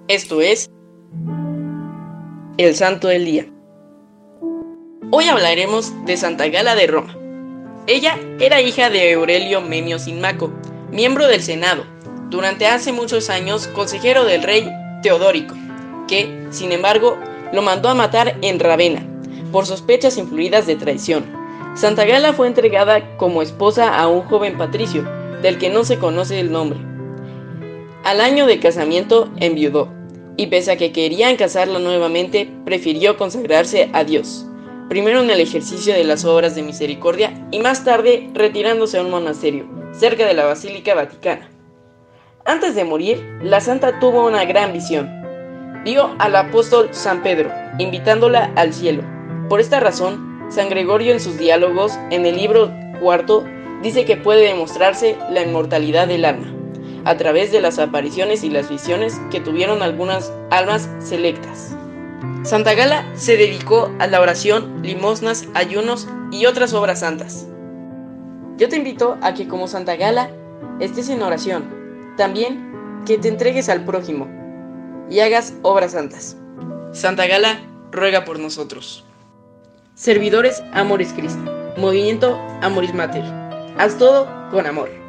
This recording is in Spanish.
Esto es el Santo del Día. Hoy hablaremos de Santa Gala de Roma. Ella era hija de Aurelio Menio Sinmaco, miembro del Senado, durante hace muchos años consejero del rey Teodórico, que, sin embargo, lo mandó a matar en Ravenna, por sospechas influidas de traición. Santa Gala fue entregada como esposa a un joven patricio, del que no se conoce el nombre. Al año de casamiento enviudó, y pese a que querían casarla nuevamente, prefirió consagrarse a Dios, primero en el ejercicio de las obras de misericordia y más tarde retirándose a un monasterio, cerca de la Basílica Vaticana. Antes de morir, la santa tuvo una gran visión. Vio al apóstol San Pedro, invitándola al cielo. Por esta razón, San Gregorio en sus diálogos, en el libro cuarto, dice que puede demostrarse la inmortalidad del alma, a través de las apariciones y las visiones que tuvieron algunas almas selectas. Santa Gala se dedicó a la oración, limosnas, ayunos y otras obras santas. Yo te invito a que como Santa Gala estés en oración, también que te entregues al prójimo y hagas obras santas. Santa Gala ruega por nosotros. Servidores Amoris Christi, Movimiento Amoris Mater. Haz todo con amor.